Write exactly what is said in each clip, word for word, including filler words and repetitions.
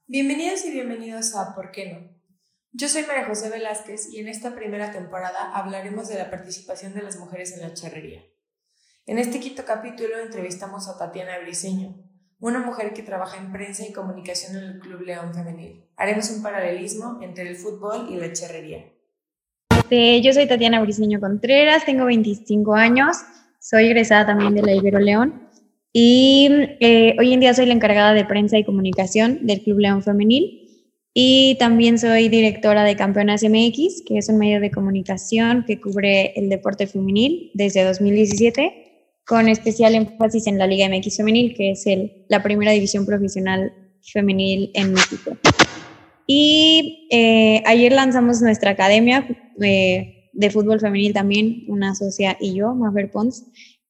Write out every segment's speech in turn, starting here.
Bienvenidas y bienvenidos a ¿Por qué no? Yo soy María José Velázquez y en esta primera temporada hablaremos de la participación de las mujeres en la charrería. En este quinto capítulo entrevistamos a Tatiana Briceño, una mujer que trabaja en prensa y comunicación en el Club León Femenil. Haremos un paralelismo entre el fútbol y la charrería. Este, yo soy Tatiana Briceño Contreras, tengo veinticinco años, soy egresada también de la Ibero León y eh, hoy en día soy la encargada de prensa y comunicación del Club León Femenil y también soy directora de Campeonas M X, que es un medio de comunicación que cubre el deporte femenil desde dos mil diecisiete, con especial énfasis en la Liga M X Femenil, que es el, la primera división profesional femenil en México. Y eh, ayer lanzamos nuestra academia eh, de fútbol femenil también, una socia y yo, Mafer Pons.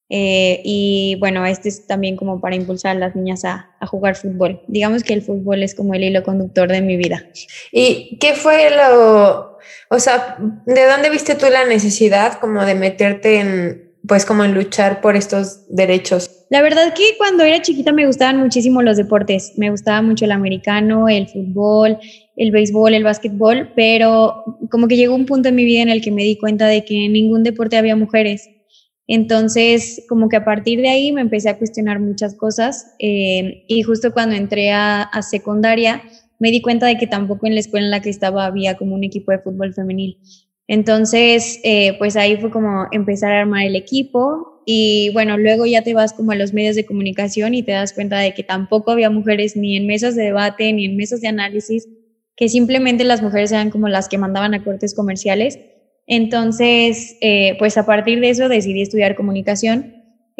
Eh, y bueno, este es también como para impulsar a las niñas a, a jugar fútbol. Digamos que el fútbol es como el hilo conductor de mi vida. ¿Y qué fue lo, o sea, de dónde viste tú la necesidad como de meterte en, pues como en luchar por estos derechos? La verdad que cuando era chiquita me gustaban muchísimo los deportes. Me gustaba mucho el americano, el fútbol, el béisbol, el básquetbol, pero como que llegó un punto en mi vida en el que me di cuenta de que en ningún deporte había mujeres. Entonces, como que a partir de ahí me empecé a cuestionar muchas cosas eh, y justo cuando entré a, a secundaria me di cuenta de que tampoco en la escuela en la que estaba había como un equipo de fútbol femenil. Entonces, eh, pues ahí fue como empezar a armar el equipo y bueno, luego ya te vas como a los medios de comunicación y te das cuenta de que tampoco había mujeres ni en mesas de debate ni en mesas de análisis, que simplemente las mujeres eran como las que mandaban a cortes comerciales. Entonces, eh, pues a partir de eso decidí estudiar comunicación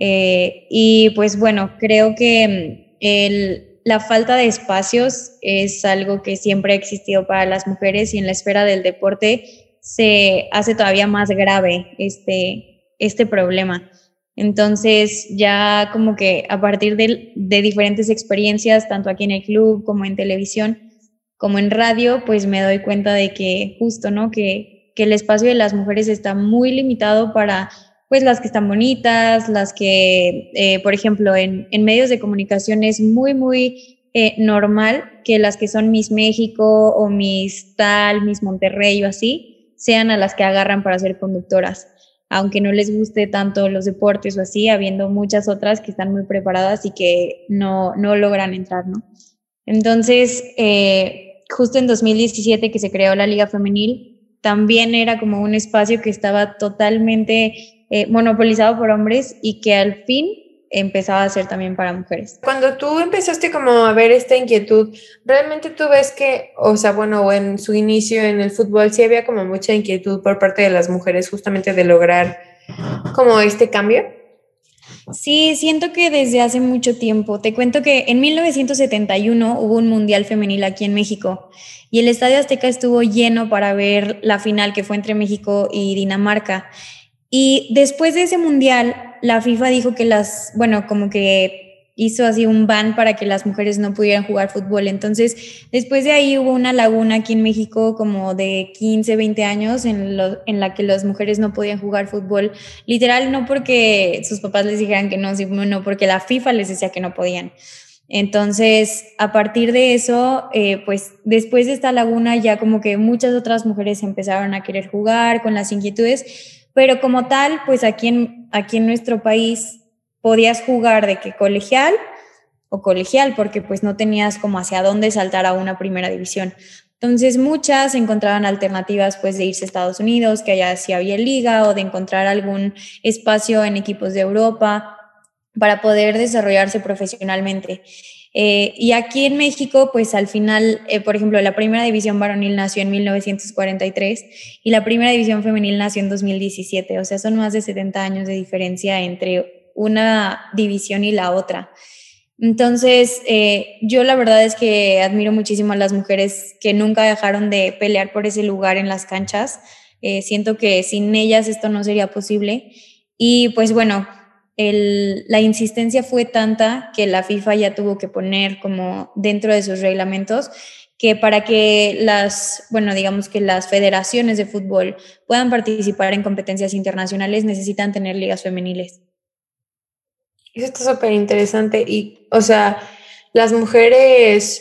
eh, y pues bueno, creo que el, la falta de espacios es algo que siempre ha existido para las mujeres y en la esfera del deporte se hace todavía más grave este, este problema. Entonces ya como que a partir de, de diferentes experiencias, tanto aquí en el club como en televisión, como en radio, pues me doy cuenta de que justo, ¿no? Que, que el espacio de las mujeres está muy limitado para pues las que están bonitas, las que, eh, por ejemplo, en, en medios de comunicación es muy, muy eh, normal que las que son Miss México o Miss Tal, Miss Monterrey o así, sean a las que agarran para ser conductoras, aunque no les guste tanto los deportes o así, habiendo muchas otras que están muy preparadas y que no, no logran entrar, ¿no? Entonces, eh, justo en dos mil diecisiete que se creó la Liga Femenil, también era como un espacio que estaba totalmente eh, monopolizado por hombres y que al fin empezaba a ser también para mujeres. Cuando tú empezaste como a ver esta inquietud, ¿realmente tú ves que, o sea, bueno, en su inicio en el fútbol sí había como mucha inquietud por parte de las mujeres justamente de lograr como este cambio? Sí, siento que desde hace mucho tiempo. Te cuento que en mil novecientos setenta y uno hubo un mundial femenil aquí en México y el Estadio Azteca estuvo lleno para ver la final que fue entre México y Dinamarca. Y después de ese mundial, la FIFA dijo que las, bueno, como que hizo así un ban para que las mujeres no pudieran jugar fútbol. Entonces, después de ahí hubo una laguna aquí en México como de quince, veinte años en, lo, en la que las mujeres no podían jugar fútbol. Literal, no porque sus papás les dijeran que no, sino porque la FIFA les decía que no podían. Entonces, a partir de eso, eh, pues después de esta laguna ya como que muchas otras mujeres empezaron a querer jugar con las inquietudes, pero como tal, pues aquí en, aquí en nuestro país podías jugar de que colegial o colegial, porque pues no tenías como hacia dónde saltar a una primera división. Entonces muchas encontraban alternativas pues de irse a Estados Unidos, que allá sí había liga, o de encontrar algún espacio en equipos de Europa para poder desarrollarse profesionalmente. Eh, y aquí en México, pues al final, eh, por ejemplo, la primera división varonil nació en mil novecientos cuarenta y tres y la primera división femenil nació en dos mil diecisiete, o sea, son más de setenta años de diferencia entre una división y la otra. Entonces, eh, yo la verdad es que admiro muchísimo a las mujeres que nunca dejaron de pelear por ese lugar en las canchas. Eh, siento que sin ellas esto no sería posible. Y pues bueno, el, la insistencia fue tanta que la FIFA ya tuvo que poner como dentro de sus reglamentos que para que las, bueno, digamos que las federaciones de fútbol puedan participar en competencias internacionales necesitan tener ligas femeniles. Eso está súper interesante y, o sea, las mujeres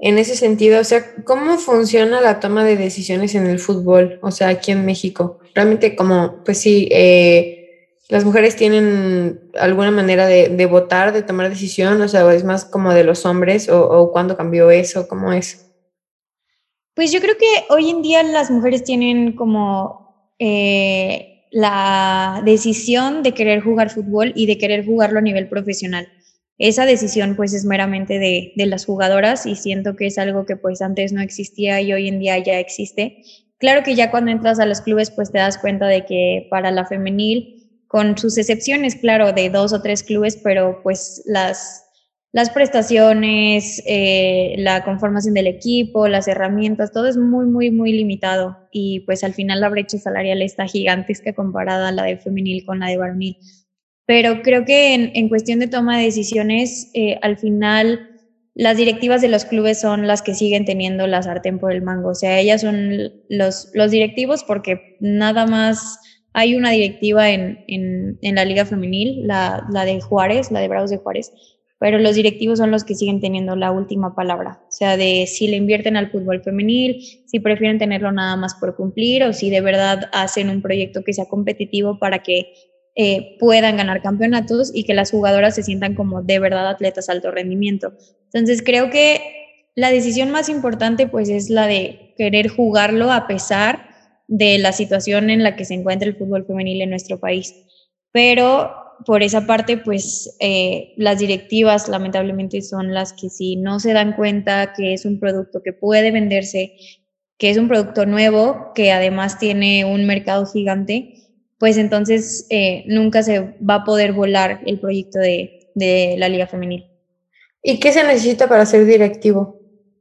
en ese sentido, o sea, ¿cómo funciona la toma de decisiones en el fútbol? O sea, aquí en México. Realmente como, pues sí, eh, las mujeres tienen alguna manera de, de votar, de tomar decisión, o sea, ¿o es más como de los hombres o, o cuándo cambió eso? ¿Cómo es? Pues yo creo que hoy en día las mujeres tienen como eh, la decisión de querer jugar fútbol y de querer jugarlo a nivel profesional. Esa decisión pues es meramente de, de las jugadoras y siento que es algo que pues antes no existía y hoy en día ya existe. Claro que ya cuando entras a los clubes pues te das cuenta de que para la femenil, con sus excepciones, claro, de dos o tres clubes, pero pues las las prestaciones, eh, la conformación del equipo, las herramientas, todo es muy, muy, muy limitado y pues al final la brecha salarial está gigantesca comparada a la de femenil con la de varonil. Pero creo que en, en cuestión de toma de decisiones, eh, al final las directivas de los clubes son las que siguen teniendo la sartén por el mango. O sea, ellas son los, los directivos porque nada más hay una directiva en, en, en la Liga Femenil, la, la de Juárez, la de Bravos de Juárez, pero los directivos son los que siguen teniendo la última palabra, o sea, de si le invierten al fútbol femenil, si prefieren tenerlo nada más por cumplir o si de verdad hacen un proyecto que sea competitivo para que eh, puedan ganar campeonatos y que las jugadoras se sientan como de verdad atletas de alto rendimiento. Entonces creo que la decisión más importante pues es la de querer jugarlo a pesar de la situación en la que se encuentra el fútbol femenil en nuestro país. Pero por esa parte, pues eh, las directivas lamentablemente son las que si no se dan cuenta que es un producto que puede venderse, que es un producto nuevo, que además tiene un mercado gigante, pues entonces eh, nunca se va a poder volar el proyecto de, de la Liga Femenil. ¿Y qué se necesita para ser directivo?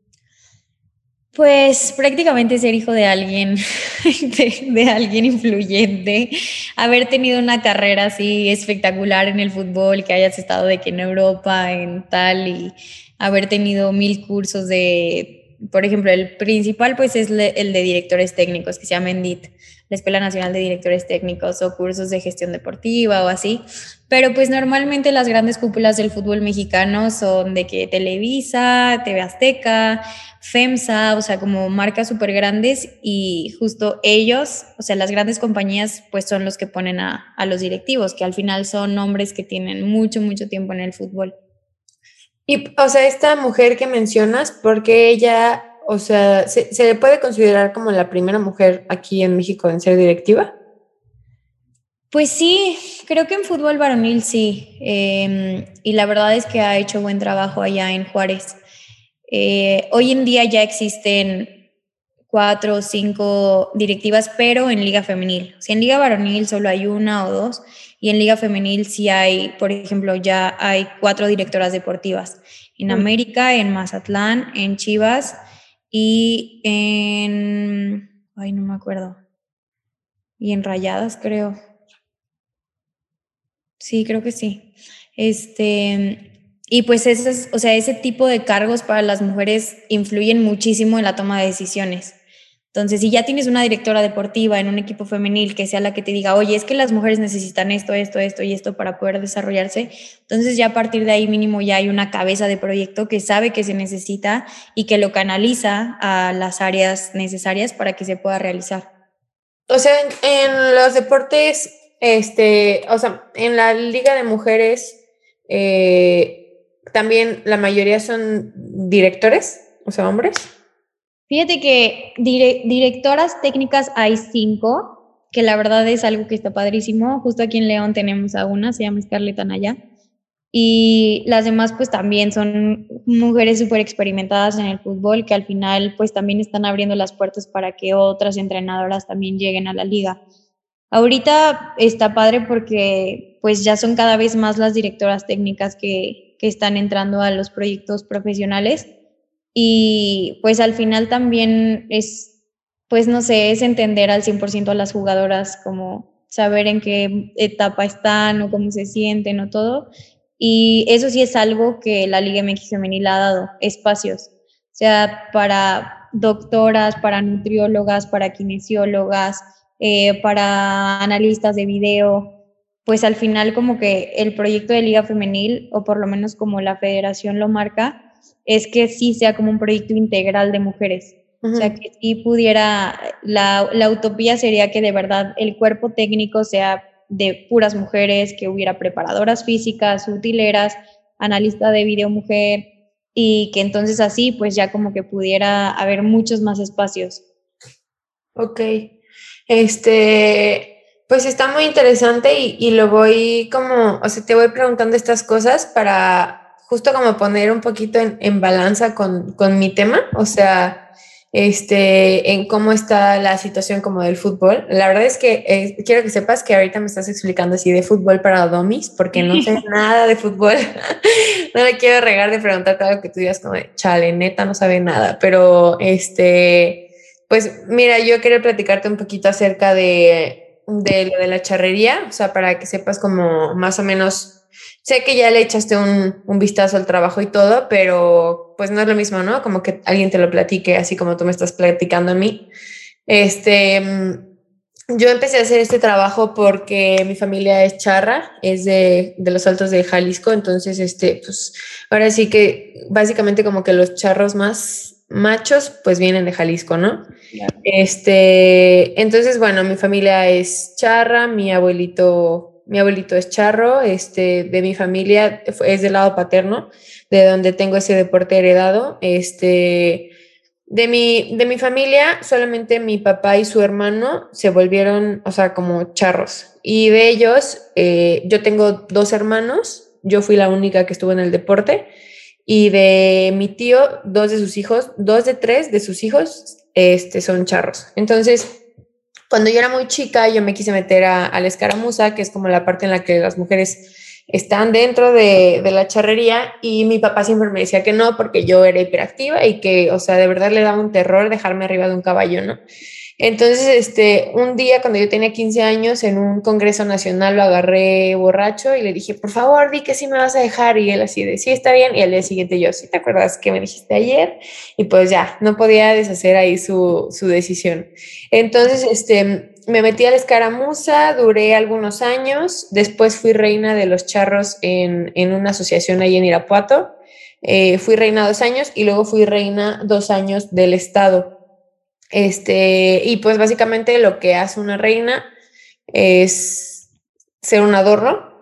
Pues prácticamente ser hijo de alguien, de, de, alguien influyente, haber tenido una carrera así espectacular en el fútbol, que hayas estado de que en Europa, en tal, y haber tenido mil cursos de, por ejemplo, el principal pues es le, el de directores técnicos, que se llama ENDIT, la Escuela Nacional de Directores Técnicos, o cursos de gestión deportiva o así. Pero pues normalmente las grandes cúpulas del fútbol mexicano son de que Televisa, T V Azteca, FEMSA, o sea, como marcas súper grandes y justo ellos, o sea, las grandes compañías, pues son los que ponen a, a los directivos, que al final son hombres que tienen mucho, mucho tiempo en el fútbol. Y, o sea, esta mujer que mencionas, porque ella, o sea, ¿se, se le puede considerar como la primera mujer aquí en México en ser directiva? Pues sí, creo que en fútbol varonil sí, eh, y la verdad es que ha hecho buen trabajo allá en Juárez. Eh, hoy en día ya existen cuatro o cinco directivas, pero en liga femenil. Si en liga varonil solo hay una o dos, y en liga femenil sí hay, por ejemplo, ya hay cuatro directoras deportivas. En América, en Mazatlán, en Chivas y en... Ay, no me acuerdo. Y en Rayadas, creo. Sí, creo que sí. Este, y pues esas, o sea, ese tipo de cargos para las mujeres influyen muchísimo en la toma de decisiones. Entonces, si ya tienes una directora deportiva en un equipo femenil que sea la que te diga, oye, es que las mujeres necesitan esto, esto, esto y esto para poder desarrollarse, entonces ya a partir de ahí mínimo ya hay una cabeza de proyecto que sabe que se necesita y que lo canaliza a las áreas necesarias para que se pueda realizar. O sea, en, en los deportes, este, o sea, en la liga de mujeres, eh, también la mayoría son directores, o sea, hombres. Fíjate que dire directoras técnicas hay cinco, que la verdad es algo que está padrísimo. Justo aquí en León tenemos a una, se llama Scarlett Anaya. Y las demás pues también son mujeres súper experimentadas en el fútbol que al final pues también están abriendo las puertas para que otras entrenadoras también lleguen a la liga. Ahorita está padre porque pues ya son cada vez más las directoras técnicas que, que están entrando a los proyectos profesionales y pues al final también es, pues no sé, es entender al cien por ciento a las jugadoras, como saber en qué etapa están o cómo se sienten o todo. Y eso sí es algo que la Liga M X Femenil ha dado, espacios. O sea, para doctoras, para nutriólogas, para kinesiólogas, eh, para analistas de video, pues al final como que el proyecto de Liga Femenil, o por lo menos como la federación lo marca, es que sí sea como un proyecto integral de mujeres. Uh-huh. O sea, que sí pudiera, la, la utopía sería que de verdad el cuerpo técnico sea de puras mujeres, que hubiera preparadoras físicas, utileras, analista de video mujer, y que entonces así pues ya como que pudiera haber muchos más espacios. Ok, este, pues está muy interesante y, y lo voy como, o sea, te voy preguntando estas cosas para justo como poner un poquito en, en balanza con, con mi tema, o sea, este, en cómo está la situación como del fútbol. La verdad es que eh, quiero que sepas que ahorita me estás explicando así de fútbol para domis, porque no sé nada de fútbol. No me quiero regar de preguntarte algo que tú digas como de, chale, neta, no sabe nada, pero este... Pues mira, yo quería platicarte un poquito acerca de, de lo de la charrería, o sea, para que sepas como más o menos, sé que ya le echaste un, un vistazo al trabajo y todo, pero pues no es lo mismo, ¿no? Como que alguien te lo platique, así como tú me estás platicando a mí. Este, yo empecé a hacer este trabajo porque mi familia es charra, es de, de los Altos de Jalisco, entonces, este, pues ahora sí que básicamente como que los charros más machos pues vienen de Jalisco, ¿no? Claro. Este, entonces, bueno, mi familia es charra, mi abuelito, mi abuelito es charro, este, de mi familia es del lado paterno, de donde tengo ese deporte heredado, este, de mi, de mi familia solamente mi papá y su hermano se volvieron, o sea, como charros, y de ellos, eh, yo tengo dos hermanos, yo fui la única que estuvo en el deporte, y de mi tío, dos de sus hijos, dos de tres de sus hijos este, son charros. Entonces, cuando yo era muy chica, yo me quise meter a, a la escaramuza, que es como la parte en la que las mujeres están dentro de, de la charrería, y mi papá siempre me decía que no, porque yo era hiperactiva y que, o sea, de verdad le daba un terror dejarme arriba de un caballo, ¿no? Entonces, este, un día cuando yo tenía quince años, en un congreso nacional lo agarré borracho y le dije, por favor, di que sí me vas a dejar. Y él así de, sí, está bien. Y al día siguiente yo, ¿sí te acuerdas que me dijiste ayer? Y pues ya, no podía deshacer ahí su, su decisión. Entonces, este, me metí a la escaramuza, duré algunos años. Después fui reina de los charros en, en una asociación ahí en Irapuato. Eh, fui reina dos años y luego fui reina dos años del estado. Este, y pues básicamente lo que hace una reina es ser un adorno,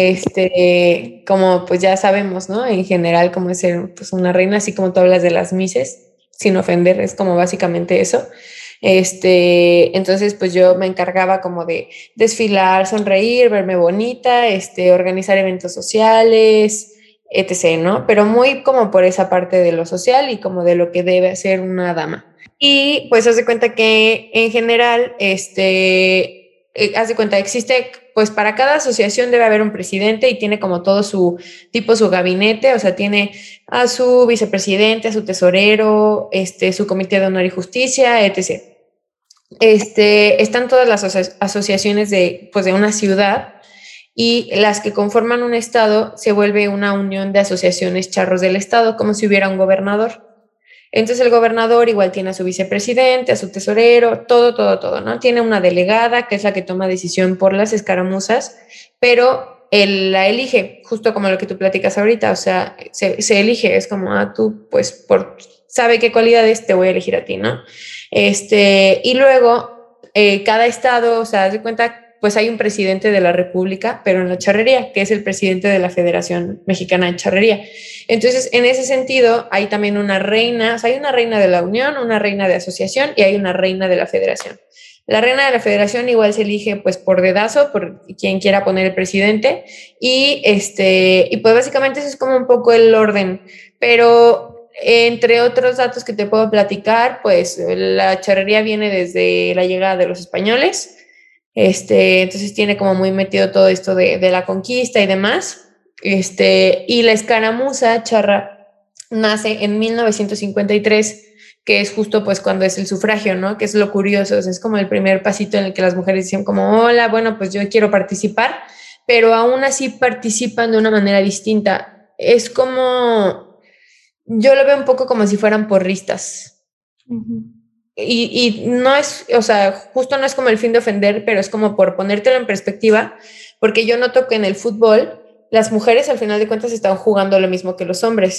este, como pues ya sabemos, ¿no? En general, como es ser pues una reina, así como tú hablas de las mises, sin ofender, es como básicamente eso. Este, entonces pues yo me encargaba como de desfilar, sonreír, verme bonita, este, organizar eventos sociales, etcétera, ¿no? Pero muy como por esa parte de lo social y como de lo que debe hacer una dama. Y pues haz de cuenta que en general, este, eh, haz de cuenta, existe, pues para cada asociación debe haber un presidente y tiene como todo su tipo, su gabinete, o sea, tiene a su vicepresidente, a su tesorero, este, su comité de honor y justicia, etcétera. Este, están todas las aso- asociaciones de, pues de una ciudad, y las que conforman un estado se vuelve una unión de asociaciones charros del estado, como si hubiera un gobernador. Entonces el gobernador igual tiene a su vicepresidente, a su tesorero, todo, todo, todo, ¿no? Tiene una delegada que es la que toma decisión por las escaramuzas, pero él la elige, justo como lo que tú platicas ahorita, o sea, se, se elige, es como, ah, tú, pues, por, sabe qué cualidades te voy a elegir a ti, ¿no? Este, y luego, eh, cada estado, o sea, haz de cuenta, pues hay un presidente de la República, pero en la charrería, que es el presidente de la Federación Mexicana de Charrería. Entonces, en ese sentido, hay también una reina, o sea, hay una reina de la Unión, una reina de asociación y hay una reina de la Federación. La reina de la Federación igual se elige pues por dedazo, por quien quiera poner el presidente, y, este, y pues básicamente eso es como un poco el orden, pero entre otros datos que te puedo platicar, pues la charrería viene desde la llegada de los españoles. Este, entonces tiene como muy metido todo esto de, de la conquista y demás. Este, y la escaramuza charra nace en mil novecientos cincuenta y tres, que es justo pues cuando es el sufragio, ¿no? Que es lo curioso, o sea, es como el primer pasito en el que las mujeres dicen como, hola, bueno, pues yo quiero participar, pero aún así participan de una manera distinta. Es como, yo lo veo un poco como si fueran porristas. Uh-huh. Y, y no es, o sea, justo no es como el fin de ofender, pero es como por ponértelo en perspectiva, porque yo noto que en el fútbol las mujeres al final de cuentas están jugando lo mismo que los hombres.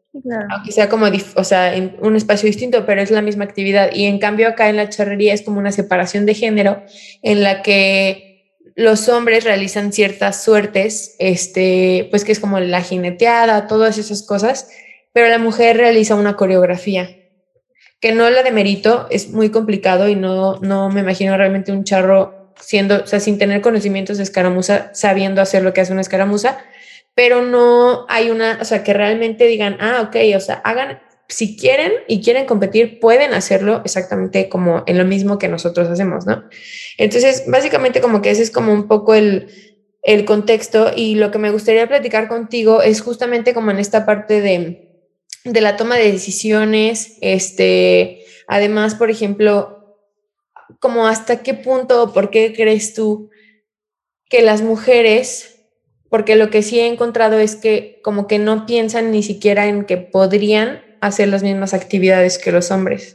Claro. Aunque sea como, o sea, en un espacio distinto, pero es la misma actividad. Y en cambio acá en la charrería es como una separación de género en la que los hombres realizan ciertas suertes, este, pues que es como la jineteada, todas esas cosas, pero la mujer realiza una coreografía, que no la demerito, es muy complicado y no, no me imagino realmente un charro siendo, o sea, sin tener conocimientos de escaramuza, sabiendo hacer lo que hace una escaramuza, pero no hay una, o sea, que realmente digan, ah, ok, o sea, hagan, si quieren y quieren competir, pueden hacerlo exactamente como en lo mismo que nosotros hacemos, ¿no? Entonces, básicamente como que ese es como un poco el, el contexto y lo que me gustaría platicar contigo es justamente como en esta parte de de la toma de decisiones, este, además, por ejemplo, como hasta qué punto o por qué crees tú que las mujeres, porque lo que sí he encontrado es que como que no piensan ni siquiera en que podrían hacer las mismas actividades que los hombres.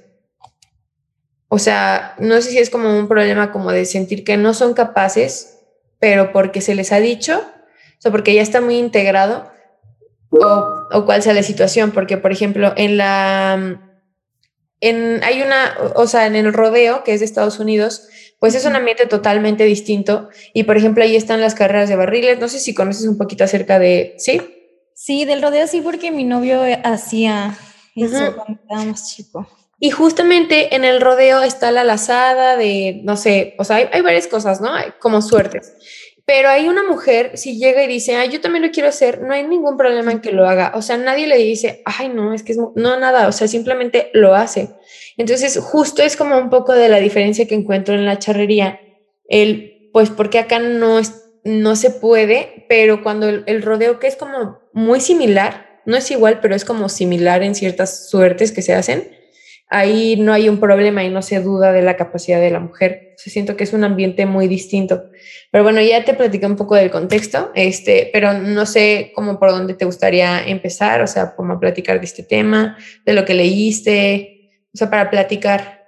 O sea, no sé si es como un problema como de sentir que no son capaces, pero porque se les ha dicho, o sea, porque ya está muy integrado, o, o cuál sea la situación, porque por ejemplo, en la, en, hay una, o sea, en el rodeo, que es de Estados Unidos, pues es un ambiente totalmente distinto, y por ejemplo, ahí están las carreras de barriles, no sé si conoces un poquito acerca de, ¿sí? Sí, del rodeo sí, porque mi novio hacía eso Uh-huh. cuando estaba más chico. Y justamente en el rodeo está la lazada de, no sé, o sea, hay, hay varias cosas, ¿no? Hay como suertes. Pero hay una mujer, si llega y dice, ay, yo también lo quiero hacer, no hay ningún problema en que lo haga. O sea, nadie le dice, ay, no, es que es, no, nada, o sea, simplemente lo hace. Entonces, justo es como un poco de la diferencia que encuentro en la charrería. El, pues, porque acá no, es, no se puede, pero cuando el, el rodeo, que es como muy similar, no es igual, pero es como similar en ciertas suertes que se hacen, ahí no hay un problema y no se duda de la capacidad de la mujer. O sea, siento que es un ambiente muy distinto. Pero bueno, ya te platiqué un poco del contexto, este, pero no sé cómo por dónde te gustaría empezar, o sea, cómo platicar de este tema, de lo que leíste, o sea, para platicar.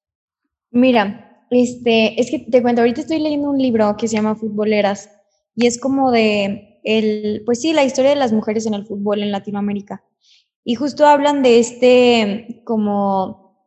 Mira, este, es que te cuento, ahorita estoy leyendo un libro que se llama Futboleras y es como de el, pues sí, la historia de las mujeres en el fútbol en Latinoamérica. Y justo hablan de este como,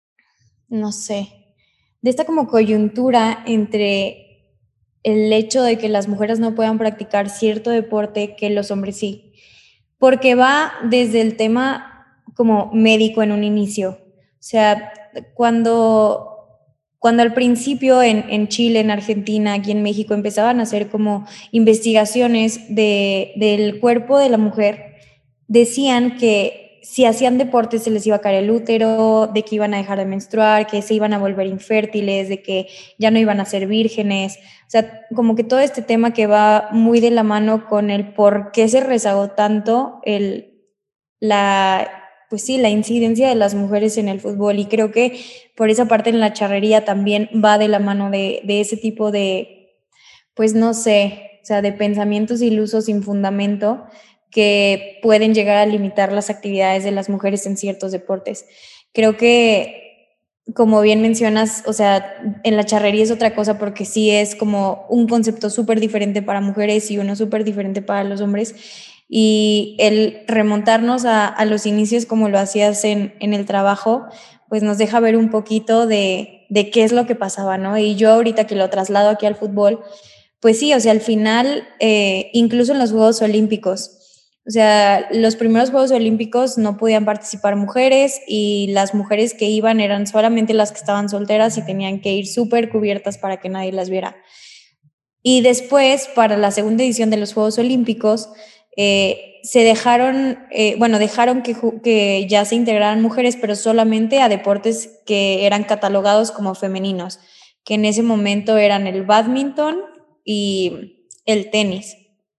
no sé, de esta como coyuntura entre el hecho de que las mujeres no puedan practicar cierto deporte que los hombres sí, porque va desde el tema como médico en un inicio. O sea, cuando cuando al principio en, en, Chile, en Argentina, aquí en México, empezaban a hacer como investigaciones de, del cuerpo de la mujer, decían que si hacían deporte se les iba a caer el útero, de que iban a dejar de menstruar, que se iban a volver infértiles, de que ya no iban a ser vírgenes. O sea, como que todo este tema que va muy de la mano con el por qué se rezagó tanto el, la pues sí, la incidencia de las mujeres en el fútbol y creo que por esa parte en la charrería también va de la mano de, de ese tipo de, pues no sé, o sea, de pensamientos ilusos sin fundamento que pueden llegar a limitar las actividades de las mujeres en ciertos deportes. Creo que, como bien mencionas, o sea, en la charrería es otra cosa porque sí es como un concepto súper diferente para mujeres y uno súper diferente para los hombres. Y el remontarnos a, a los inicios como lo hacías en, en el trabajo, pues nos deja ver un poquito de, de qué es lo que pasaba, ¿no? Y yo ahorita que lo traslado aquí al fútbol, pues sí, o sea, al final, eh, incluso en los Juegos Olímpicos, o sea, los primeros Juegos Olímpicos no podían participar mujeres y las mujeres que iban eran solamente las que estaban solteras y tenían que ir súper cubiertas para que nadie las viera. Y después, para la segunda edición de los Juegos Olímpicos, eh, se dejaron, eh, bueno, dejaron que, que ya se integraran mujeres, pero solamente a deportes que eran catalogados como femeninos, que en ese momento eran el bádminton y el tenis.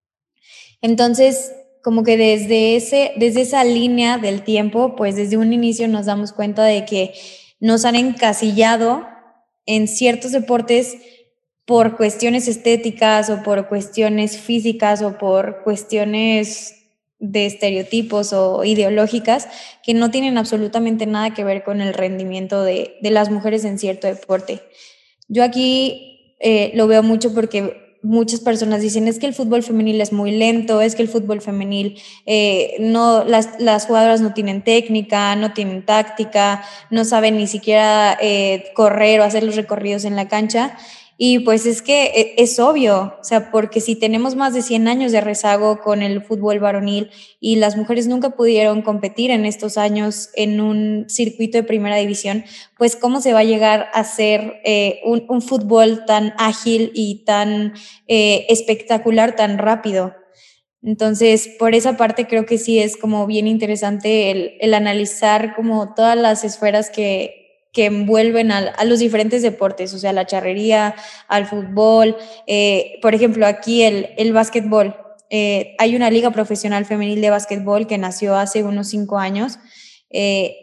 Entonces, como que desde, ese, desde esa línea del tiempo, pues desde un inicio nos damos cuenta de que nos han encasillado en ciertos deportes por cuestiones estéticas o por cuestiones físicas o por cuestiones de estereotipos o ideológicas que no tienen absolutamente nada que ver con el rendimiento de, de las mujeres en cierto deporte. Yo aquí eh, lo veo mucho porque muchas personas dicen es que el fútbol femenil es muy lento, es que el fútbol femenil eh, no, las, las jugadoras no tienen técnica, no tienen táctica, no saben ni siquiera eh, correr o hacer los recorridos en la cancha. Y pues es que es obvio, o sea, porque si tenemos más de cien años de rezago con el fútbol varonil y las mujeres nunca pudieron competir en estos años en un circuito de primera división, pues cómo se va a llegar a hacer eh, un, un fútbol tan ágil y tan eh, espectacular, tan rápido. Entonces, por esa parte creo que sí es como bien interesante el, el analizar como todas las esferas que que envuelven a, a los diferentes deportes, o sea, la charrería, al fútbol, eh, por ejemplo, aquí el, el básquetbol. Eh, hay una liga profesional femenil de básquetbol que nació hace unos cinco años eh,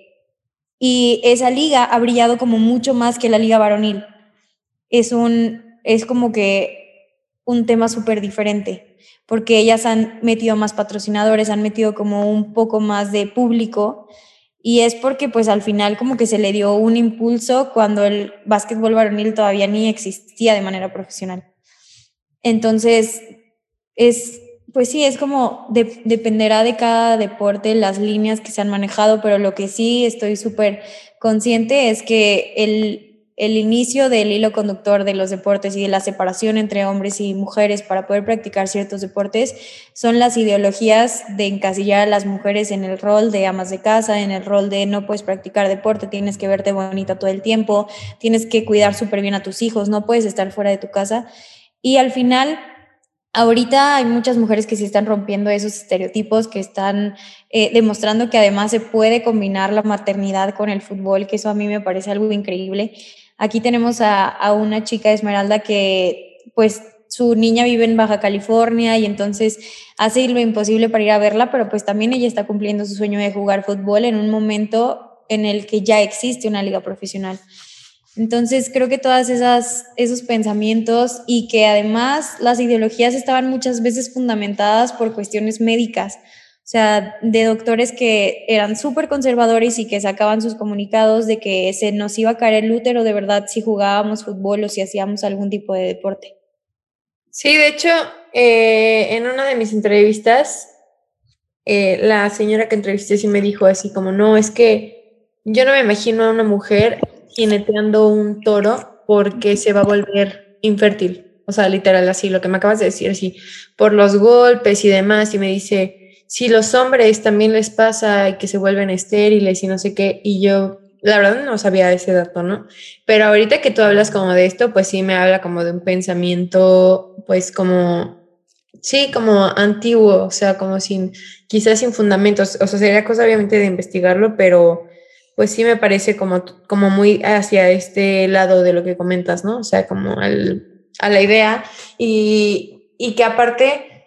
y esa liga ha brillado como mucho más que la liga varonil. Es, un, es como que un tema súper diferente, porque ellas han metido más patrocinadores, han metido como un poco más de público. Y es porque pues al final como que se le dio un impulso cuando el básquetbol varonil todavía ni existía de manera profesional. Entonces, es, pues sí, es como de, dependerá de cada deporte las líneas que se han manejado, pero lo que sí estoy súper consciente es que el, el inicio del hilo conductor de los deportes y de la separación entre hombres y mujeres para poder practicar ciertos deportes son las ideologías de encasillar a las mujeres en el rol de amas de casa, en el rol de no puedes practicar deporte, tienes que verte bonita todo el tiempo, tienes que cuidar súper bien a tus hijos, no puedes estar fuera de tu casa. Y al final, ahorita hay muchas mujeres que sí están rompiendo esos estereotipos, que están eh, demostrando que además se puede combinar la maternidad con el fútbol, que eso a mí me parece algo increíble. Aquí tenemos a, a una chica, Esmeralda, que pues su niña vive en Baja California y entonces hace lo imposible para ir a verla, pero pues también ella está cumpliendo su sueño de jugar fútbol en un momento en el que ya existe una liga profesional. Entonces creo que todas esas esos pensamientos y que además las ideologías estaban muchas veces fundamentadas por cuestiones médicas, o sea, de doctores que eran súper conservadores y que sacaban sus comunicados de que se nos iba a caer el útero de verdad si jugábamos fútbol o si hacíamos algún tipo de deporte. Sí, de hecho, eh, en una de mis entrevistas, eh, la señora que entrevisté sí me dijo así como, no, es que yo no me imagino a una mujer jineteando un toro porque se va a volver infértil. O sea, literal, así, lo que me acabas de decir, así, por los golpes y demás. Y me dice, si los hombres también les pasa y que se vuelven estériles y no sé qué. Y yo, la verdad, no sabía ese dato, ¿no? Pero ahorita que tú hablas como de esto, pues sí me habla como de un pensamiento, pues como, sí, como antiguo, o sea, como sin, quizás sin fundamentos. O sea, sería cosa obviamente de investigarlo, pero pues sí me parece como, como muy hacia este lado de lo que comentas, ¿no? O sea, como al, a la idea y, y que aparte,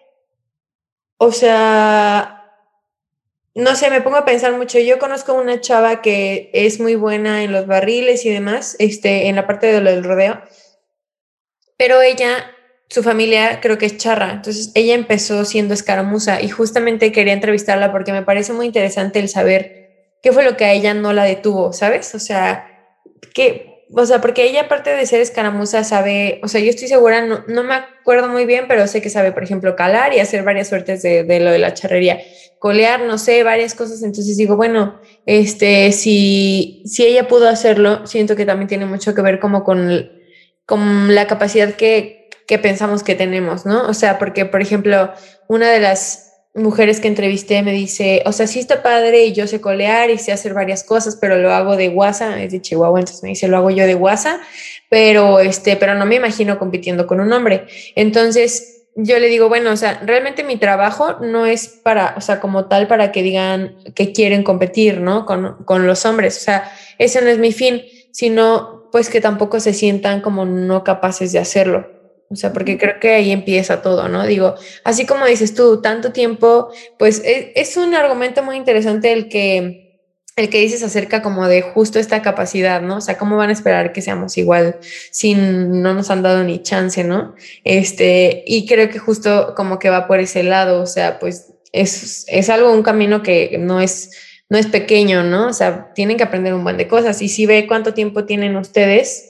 o sea, no sé, me pongo a pensar mucho. Yo conozco una chava que es muy buena en los barriles y demás, este, en la parte de lo del rodeo, pero ella, su familia creo que es charra, entonces ella empezó siendo escaramuza y justamente quería entrevistarla porque me parece muy interesante el saber qué fue lo que a ella no la detuvo, ¿sabes? O sea, que, o sea, porque ella aparte de ser escaramuza sabe, o sea, yo estoy segura, no, no me acuerdo muy bien, pero sé que sabe, por ejemplo, calar y hacer varias suertes de, de lo de la charrería, colear, no sé, varias cosas, entonces digo, bueno, este, si, si ella pudo hacerlo, siento que también tiene mucho que ver como con, con la capacidad que, que pensamos que tenemos, ¿no? O sea, porque, por ejemplo, una de las mujeres que entrevisté me dice, o sea, sí está padre y yo sé colear y sé hacer varias cosas, pero lo hago de guasa, es de Chihuahua, entonces me dice, lo hago yo de guasa, pero, este, pero no me imagino compitiendo con un hombre. Entonces yo le digo, bueno, o sea, realmente mi trabajo no es para, o sea, como tal, para que digan que quieren competir, ¿no? Con, con los hombres, o sea, ese no es mi fin, sino pues que tampoco se sientan como no capaces de hacerlo. O sea, porque creo que ahí empieza todo, ¿no? Digo, así como dices tú, tanto tiempo, pues es, es un argumento muy interesante el que, el que dices acerca como de justo esta capacidad, ¿no? O sea, ¿cómo van a esperar que seamos igual si no nos han dado ni chance, ¿no? Este, y creo que justo como que va por ese lado, o sea, pues es, es algo, un camino que no es, no es pequeño, ¿no? O sea, tienen que aprender un buen de cosas y si ve cuánto tiempo tienen ustedes,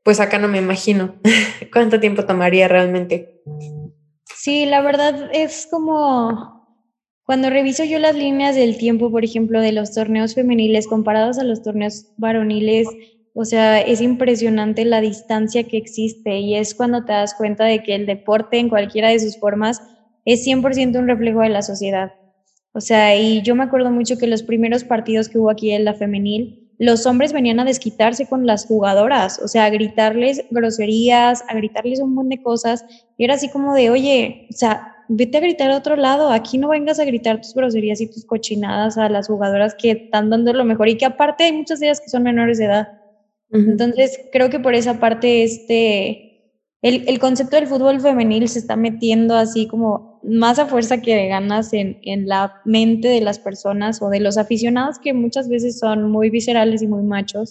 pues acá no me imagino cuánto tiempo tomaría realmente. Sí, la verdad es como cuando reviso yo las líneas del tiempo, por ejemplo, de los torneos femeniles comparados a los torneos varoniles, o sea, es impresionante la distancia que existe y es cuando te das cuenta de que el deporte en cualquiera de sus formas es cien por ciento un reflejo de la sociedad. O sea, y yo me acuerdo mucho que los primeros partidos que hubo aquí en la femenil, los hombres venían a desquitarse con las jugadoras, o sea, a gritarles groserías, a gritarles un montón de cosas, y era así como de, oye, o sea, vete a gritar a otro lado, aquí no vengas a gritar tus groserías y tus cochinadas a las jugadoras que están dando lo mejor, y que aparte hay muchas de ellas que son menores de edad. Uh-huh. Entonces, creo que por esa parte, este... El, el concepto del fútbol femenil se está metiendo así como más a fuerza que de ganas en, en la mente de las personas o de los aficionados que muchas veces son muy viscerales y muy machos.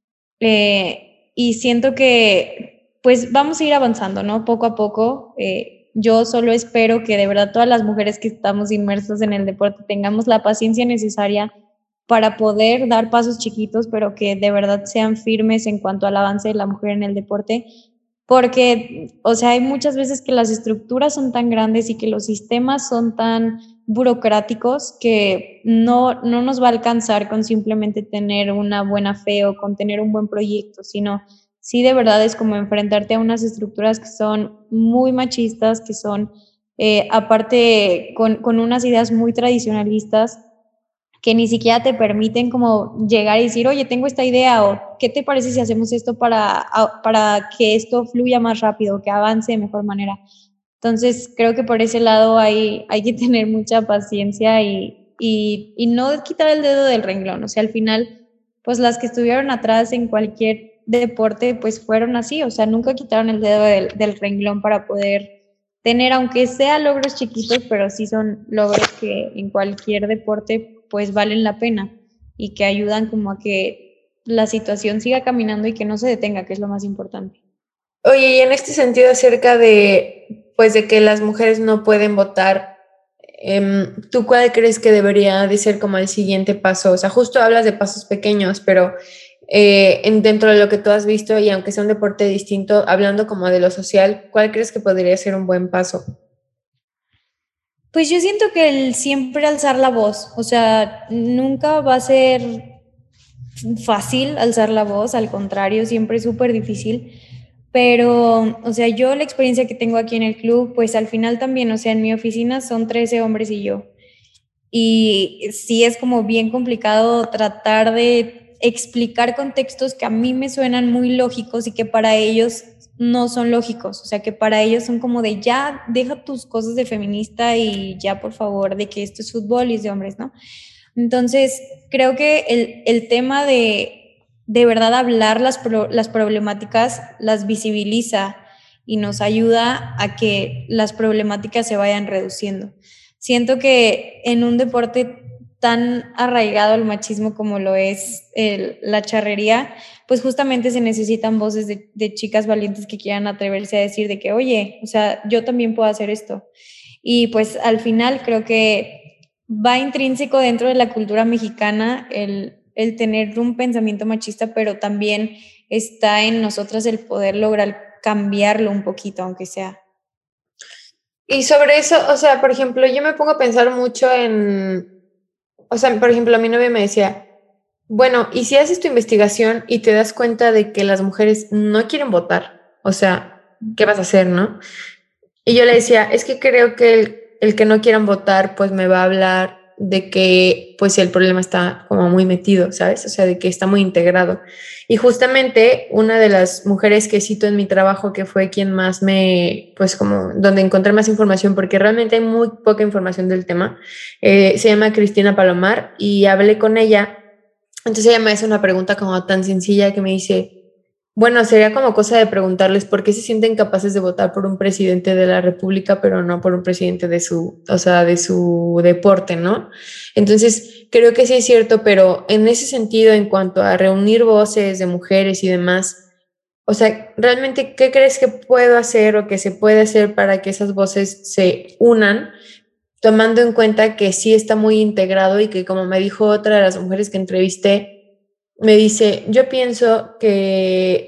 Eh, y siento que pues vamos a ir avanzando, ¿no? Poco a poco. Eh, yo solo espero que de verdad todas las mujeres que estamos inmersas en el deporte tengamos la paciencia necesaria para poder dar pasos chiquitos, pero que de verdad sean firmes en cuanto al avance de la mujer en el deporte. Porque, o sea, hay muchas veces que las estructuras son tan grandes y que los sistemas son tan burocráticos que no, no nos va a alcanzar con simplemente tener una buena fe o con tener un buen proyecto, sino sí de verdad es como enfrentarte a unas estructuras que son muy machistas, que son eh, aparte con, con unas ideas muy tradicionalistas que ni siquiera te permiten como llegar y decir, oye, tengo esta idea, o ¿qué te parece si hacemos esto para, para que esto fluya más rápido, que avance de mejor manera? Entonces, creo que por ese lado hay, hay que tener mucha paciencia y, y, y no quitar el dedo del renglón. O sea, al final, pues las que estuvieron atrás en cualquier deporte, pues fueron así. O sea, nunca quitaron el dedo del, del renglón para poder tener, aunque sea logros chiquitos, pero sí son logros que en cualquier deporte pues valen la pena y que ayudan como a que la situación siga caminando y que no se detenga, que es lo más importante. Oye, y en este sentido acerca de, pues, de que las mujeres no pueden votar, eh, ¿tú cuál crees que debería de ser como el siguiente paso? O sea, justo hablas de pasos pequeños, pero eh, en, dentro de lo que tú has visto y aunque sea un deporte distinto, hablando como de lo social, ¿cuál crees que podría ser un buen paso? Pues yo siento que el siempre alzar la voz, o sea, nunca va a ser fácil alzar la voz, al contrario, siempre es súper difícil, pero, o sea, yo la experiencia que tengo aquí en el club, pues al final también, o sea, en mi oficina son trece hombres y yo, y sí es como bien complicado tratar de explicar contextos que a mí me suenan muy lógicos y que para ellos no son lógicos, o sea, que para ellos son como de ya, deja tus cosas de feminista y ya, por favor, de que esto es fútbol y es de hombres, ¿no? Entonces, creo que el, el tema de de verdad hablar las, pro, las problemáticas las visibiliza y nos ayuda a que las problemáticas se vayan reduciendo. Siento que en un deporte tan arraigado al machismo como lo es el, la charrería, pues justamente se necesitan voces de, de chicas valientes que quieran atreverse a decir de que, oye, o sea, yo también puedo hacer esto. Y pues al final creo que va intrínseco dentro de la cultura mexicana el, el tener un pensamiento machista, pero también está en nosotras el poder lograr cambiarlo un poquito, aunque sea. Y sobre eso, o sea, por ejemplo, yo me pongo a pensar mucho en, o sea, por ejemplo, mi novia me decía, bueno, ¿y si haces tu investigación y te das cuenta de que las mujeres no quieren votar? O sea, ¿qué vas a hacer, no? Y yo le decía, es que creo que el, el que no quieran votar, pues me va a hablar de que, pues el problema está como muy metido, ¿sabes? O sea, de que está muy integrado. Y justamente una de las mujeres que cito en mi trabajo, que fue quien más me, pues como, donde encontré más información, porque realmente hay muy poca información del tema, eh, se llama Cristina Palomar y hablé con ella. Entonces ella me hace una pregunta como tan sencilla que me dice, bueno, sería como cosa de preguntarles por qué se sienten capaces de votar por un presidente de la República, pero no por un presidente de su, o sea, de su deporte, ¿no? Entonces, creo que sí es cierto, pero en ese sentido, en cuanto a reunir voces de mujeres y demás, o sea, realmente, ¿qué crees que puedo hacer o que se puede hacer para que esas voces se unan? Tomando en cuenta que sí está muy integrado y que, como me dijo otra de las mujeres que entrevisté, me dice, yo pienso que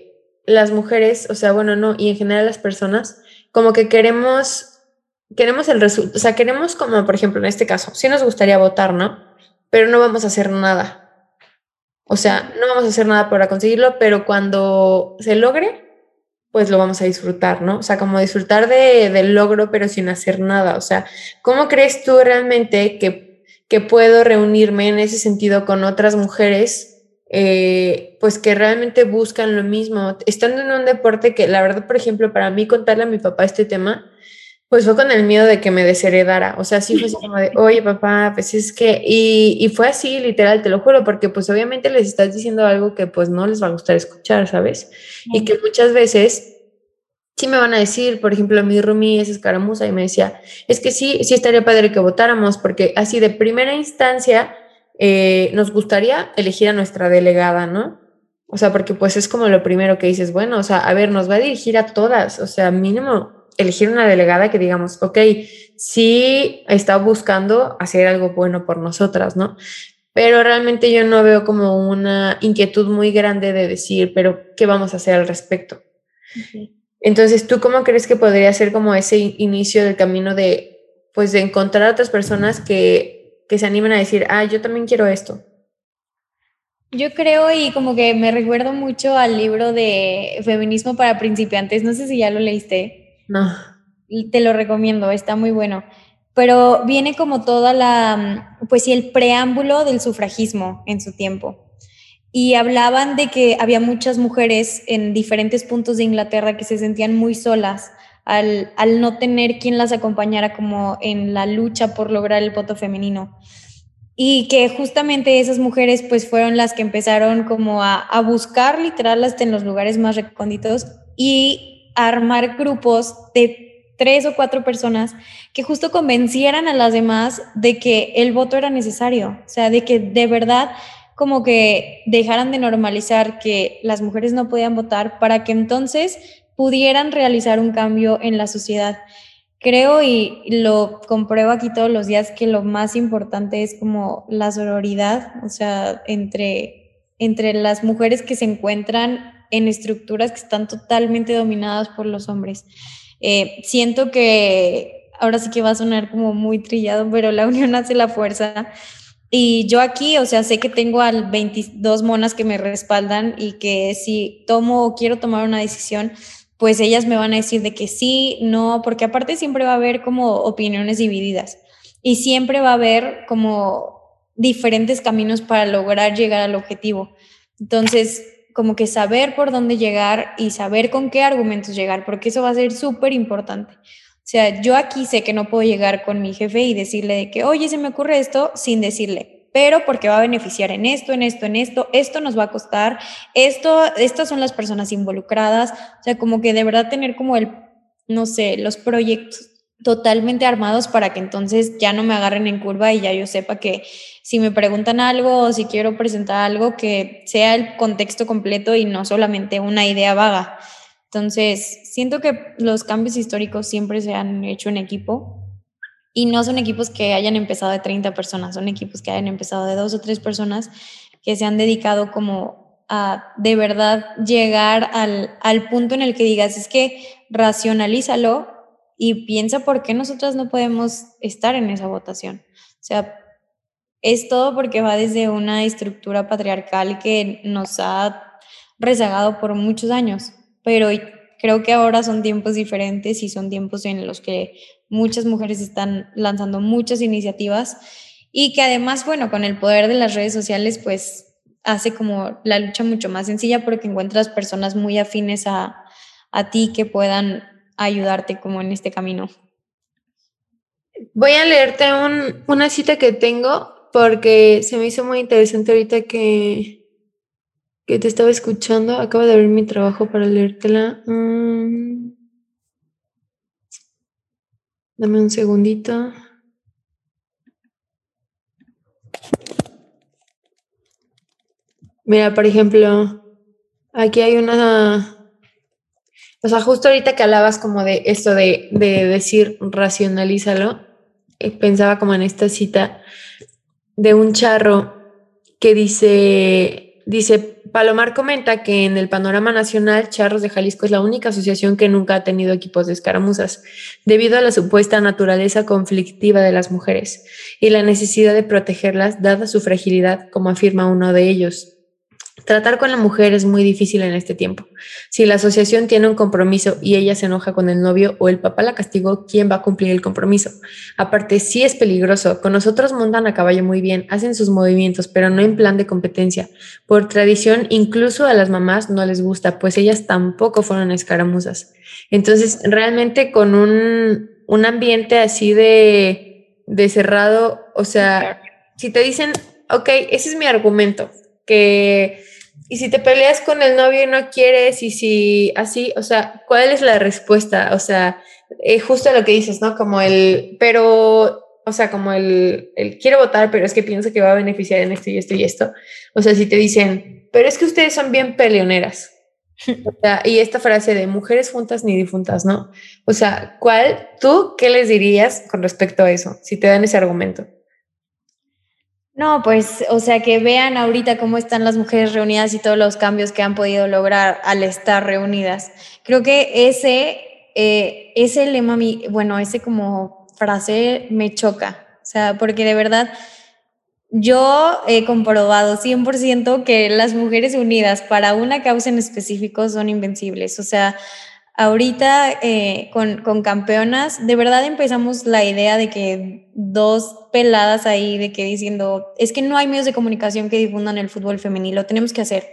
las mujeres, o sea, bueno, no, y en general las personas, como que queremos, queremos el resultado, o sea, queremos como, por ejemplo, en este caso, sí nos gustaría votar, ¿no? Pero no vamos a hacer nada. O sea, no vamos a hacer nada para conseguirlo, pero cuando se logre, pues lo vamos a disfrutar, ¿no? O sea, como disfrutar de, del logro, pero sin hacer nada. O sea, ¿cómo crees tú realmente que, que puedo reunirme en ese sentido con otras mujeres? Eh, pues que realmente buscan lo mismo, estando en un deporte que la verdad, por ejemplo, para mí contarle a mi papá este tema, pues fue con el miedo de que me desheredara, o sea, sí fue así como de, oye papá, pues es que, y, y fue así, literal, te lo juro, porque pues obviamente les estás diciendo algo que pues no les va a gustar escuchar, ¿sabes? Y que muchas veces sí me van a decir, por ejemplo, mi roomie es escaramuza y me decía, es que sí, sí estaría padre que votáramos, porque así de primera instancia eh, nos gustaría elegir a nuestra delegada, ¿no? O sea, porque pues es como lo primero que dices, bueno, o sea, a ver, nos va a dirigir a todas, o sea, mínimo elegir una delegada que digamos, ok, sí está buscando hacer algo bueno por nosotras, ¿no? Pero realmente yo no veo como una inquietud muy grande de decir, pero ¿qué vamos a hacer al respecto? Okay. Entonces, ¿tú cómo crees que podría ser como ese inicio del camino de, pues, de encontrar a otras personas que, que se animen a decir, ah, yo también quiero esto? Yo creo y como que me recuerdo mucho al libro de Feminismo para principiantes, no sé si ya lo leíste. No. Te lo recomiendo, está muy bueno. Pero viene como toda la, pues sí, el preámbulo del sufragismo en su tiempo. Y hablaban de que había muchas mujeres en diferentes puntos de Inglaterra que se sentían muy solas al, al no tener quien las acompañara como en la lucha por lograr el voto femenino. Y que justamente esas mujeres pues fueron las que empezaron como a, a buscar literal hasta en los lugares más recónditos y a armar grupos de tres o cuatro personas que justo convencieran a las demás de que el voto era necesario, o sea, de que de verdad como que dejaran de normalizar que las mujeres no podían votar para que entonces pudieran realizar un cambio en la sociedad. Creo y lo compruebo aquí todos los días que lo más importante es como la sororidad, o sea, entre, entre las mujeres que se encuentran en estructuras que están totalmente dominadas por los hombres. Eh, siento que ahora sí que va a sonar como muy trillado, pero la unión hace la fuerza. Y yo aquí, o sea, sé que tengo al veintidós monas que me respaldan y que si tomo o quiero tomar una decisión, pues ellas me van a decir de que sí, no, porque aparte siempre va a haber como opiniones divididas y siempre va a haber como diferentes caminos para lograr llegar al objetivo. Entonces, como que saber por dónde llegar y saber con qué argumentos llegar, porque eso va a ser súper importante. O sea, yo aquí sé que no puedo llegar con mi jefe y decirle de que, oye, se me ocurre esto, sin decirle, pero porque va a beneficiar en esto, en esto, en esto, esto nos va a costar, esto, estas son las personas involucradas, o sea, como que de verdad tener como el, no sé, los proyectos totalmente armados para que entonces ya no me agarren en curva y ya yo sepa que si me preguntan algo o si quiero presentar algo, que sea el contexto completo y no solamente una idea vaga. Entonces, siento que los cambios históricos siempre se han hecho en equipo y no son equipos que hayan empezado de treinta personas, son equipos que hayan empezado de dos o tres personas que se han dedicado como a de verdad llegar al, al punto en el que digas, es que racionalízalo y piensa por qué nosotras no podemos estar en esa votación. O sea, es todo porque va desde una estructura patriarcal que nos ha rezagado por muchos años, pero creo que ahora son tiempos diferentes y son tiempos en los que muchas mujeres están lanzando muchas iniciativas y que además, bueno, con el poder de las redes sociales, pues hace como la lucha mucho más sencilla porque encuentras personas muy afines a, a ti que puedan ayudarte como en este camino. Voy a leerte un, una cita que tengo porque se me hizo muy interesante ahorita que, que te estaba escuchando. Acabo de abrir mi trabajo para leértela. Mm, dame un segundito. Mira, por ejemplo, aquí hay una... O sea, justo ahorita que hablabas como de esto de, de decir racionalízalo, eh, pensaba como en esta cita de un charro que dice, dice, Palomar comenta que en el panorama nacional, Charros de Jalisco es la única asociación que nunca ha tenido equipos de escaramuzas, debido a la supuesta naturaleza conflictiva de las mujeres y la necesidad de protegerlas dada su fragilidad, como afirma uno de ellos. Tratar con la mujer es muy difícil en este tiempo. Si la asociación tiene un compromiso y ella se enoja con el novio o el papá la castigó, ¿quién va a cumplir el compromiso? Aparte, sí es peligroso. Con nosotros montan a caballo muy bien, hacen sus movimientos, pero no en plan de competencia. Por tradición, incluso a las mamás no les gusta, pues ellas tampoco fueron escaramuzas. Entonces, realmente con un, un ambiente así de, de cerrado, o sea, si te dicen, ok, ese es mi argumento, que... Y si te peleas con el novio y no quieres, y si así, o sea, ¿cuál es la respuesta? O sea, eh, justo lo que dices, ¿no? Como el, pero, o sea, como el, el quiero votar, pero es que pienso que va a beneficiar en esto y esto y esto. O sea, si te dicen, pero es que ustedes son bien peleoneras. O sea, y esta frase de mujeres juntas ni difuntas, ¿no? O sea, ¿cuál, tú qué les dirías con respecto a eso? Si te dan ese argumento. No, pues, o sea, que vean ahorita cómo están las mujeres reunidas y todos los cambios que han podido lograr al estar reunidas. Creo que ese, eh, ese lema, bueno, ese como frase me choca, o sea, porque de verdad yo he comprobado cien por ciento que las mujeres unidas para una causa en específico son invencibles, o sea, ahorita eh, con, con campeonas, de verdad empezamos la idea de que dos peladas ahí, de que diciendo, es que no hay medios de comunicación que difundan el fútbol femenil, lo tenemos que hacer.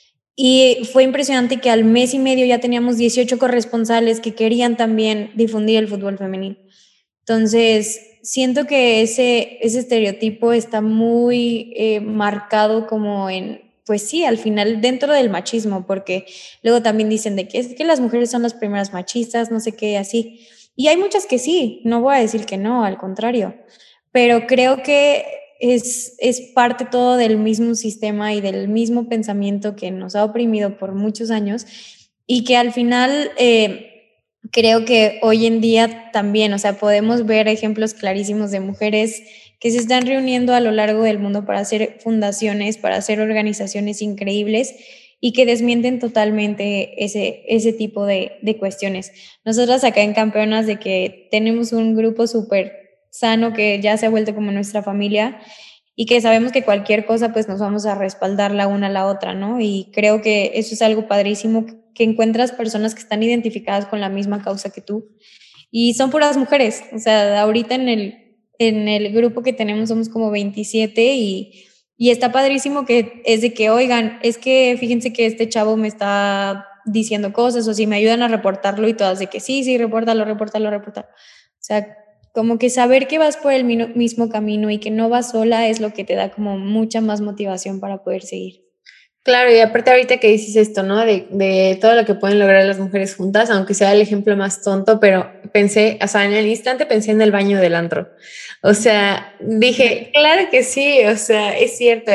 Y fue impresionante que al mes y medio ya teníamos dieciocho corresponsales que querían también difundir el fútbol femenil. Entonces, siento que ese, ese estereotipo está muy eh, marcado como en, pues sí, al final dentro del machismo, porque luego también dicen de que es que las mujeres son las primeras machistas, no sé qué, así. Y hay muchas que sí, no voy a decir que no, al contrario, pero creo que es, es parte todo del mismo sistema y del mismo pensamiento que nos ha oprimido por muchos años y que al final... Eh, creo que hoy en día también, o sea, podemos ver ejemplos clarísimos de mujeres que se están reuniendo a lo largo del mundo para hacer fundaciones, para hacer organizaciones increíbles y que desmienten totalmente ese, ese tipo de, de cuestiones. Nosotras acá en Campeonas de que tenemos un grupo súper sano que ya se ha vuelto como nuestra familia y que sabemos que cualquier cosa pues nos vamos a respaldar la una a la otra, ¿no? Y creo que eso es algo padrísimo, que encuentras personas que están identificadas con la misma causa que tú y son puras mujeres, o sea, ahorita en el, en el grupo que tenemos somos como veintisiete y, y está padrísimo que es de que, oigan, es que fíjense que este chavo me está diciendo cosas o si me ayudan a reportarlo y todas de que sí, sí, repórtalo, repórtalo, repórtalo. O sea, como que saber que vas por el mismo camino y que no vas sola es lo que te da como mucha más motivación para poder seguir. Claro, y aparte ahorita que dices esto, ¿no? De, de todo lo que pueden lograr las mujeres juntas, aunque sea el ejemplo más tonto, pero pensé, o sea, en el instante pensé en el baño del antro. O sea, dije, claro que sí, o sea, es cierto.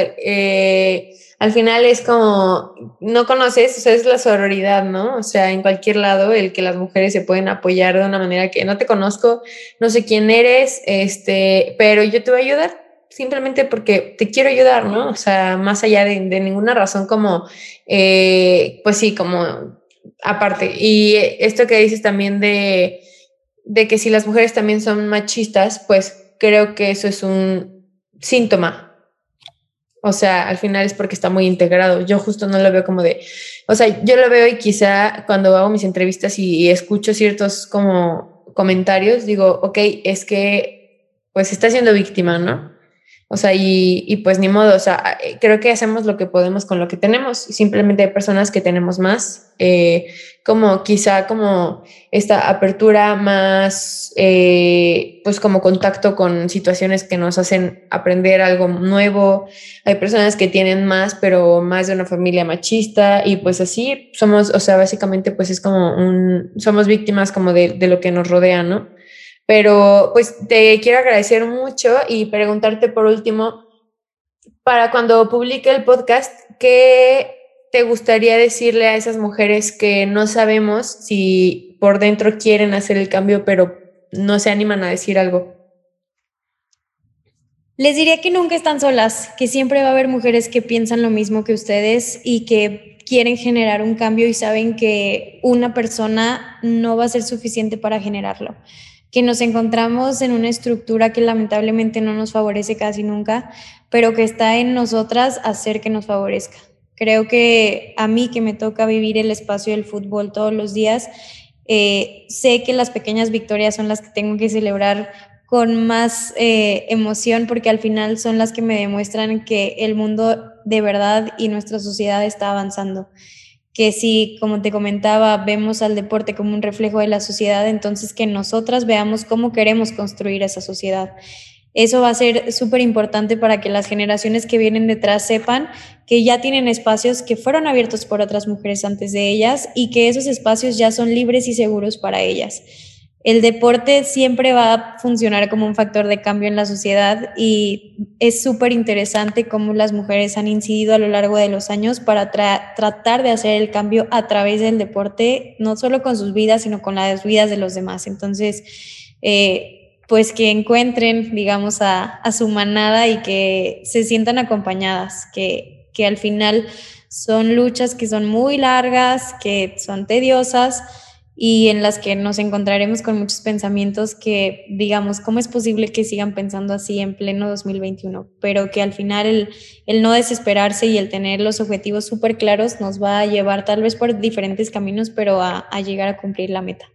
Eh, al final es como, no conoces, o sea, es la sororidad, ¿no? O sea, en cualquier lado, el que las mujeres se pueden apoyar de una manera que no te conozco, no sé quién eres, este, pero yo te voy a ayudar simplemente porque te quiero ayudar, ¿no? O sea, más allá de, de ninguna razón como, eh, pues sí, como aparte. Y esto que dices también de, de que si las mujeres también son machistas, pues creo que eso es un síntoma. O sea, al final es porque está muy integrado. Yo justo no lo veo como de, o sea, yo lo veo y quizá cuando hago mis entrevistas y, y escucho ciertos como comentarios, digo, ok, es que pues está siendo víctima, ¿no? O sea, y, y pues ni modo, o sea, creo que hacemos lo que podemos con lo que tenemos. Simplemente hay personas que tenemos más, eh, como quizá como esta apertura más, eh, pues como contacto con situaciones que nos hacen aprender algo nuevo. Hay personas que tienen más, pero más de una familia machista y pues así somos, o sea, básicamente pues es como un, somos víctimas como de, de lo que nos rodea, ¿no? Pero pues te quiero agradecer mucho y preguntarte por último, para cuando publique el podcast, ¿qué te gustaría decirle a esas mujeres que no sabemos si por dentro quieren hacer el cambio, pero no se animan a decir algo? Les diría que nunca están solas, que siempre va a haber mujeres que piensan lo mismo que ustedes y que quieren generar un cambio y saben que una persona no va a ser suficiente para generarlo, que nos encontramos en una estructura que lamentablemente no nos favorece casi nunca, pero que está en nosotras hacer que nos favorezca. Creo que a mí, que me toca vivir el espacio del fútbol todos los días, eh, sé que las pequeñas victorias son las que tengo que celebrar con más eh, emoción, porque al final son las que me demuestran que el mundo de verdad y nuestra sociedad está avanzando. Que si, como te comentaba, vemos al deporte como un reflejo de la sociedad, entonces que nosotras veamos cómo queremos construir esa sociedad. Eso va a ser súper importante para que las generaciones que vienen detrás sepan que ya tienen espacios que fueron abiertos por otras mujeres antes de ellas y que esos espacios ya son libres y seguros para ellas. El deporte siempre va a funcionar como un factor de cambio en la sociedad y es súper interesante cómo las mujeres han incidido a lo largo de los años para tra tratar de hacer el cambio a través del deporte, no solo con sus vidas, sino con las vidas de los demás. Entonces, eh, pues que encuentren, digamos, a, a su manada y que se sientan acompañadas, que, que al final son luchas que son muy largas, que son tediosas y en las que nos encontraremos con muchos pensamientos que, digamos, ¿cómo es posible que sigan pensando así en pleno dos mil veintiuno? Pero que al final el, el no desesperarse y el tener los objetivos súper claros nos va a llevar tal vez por diferentes caminos, pero a, a llegar a cumplir la meta.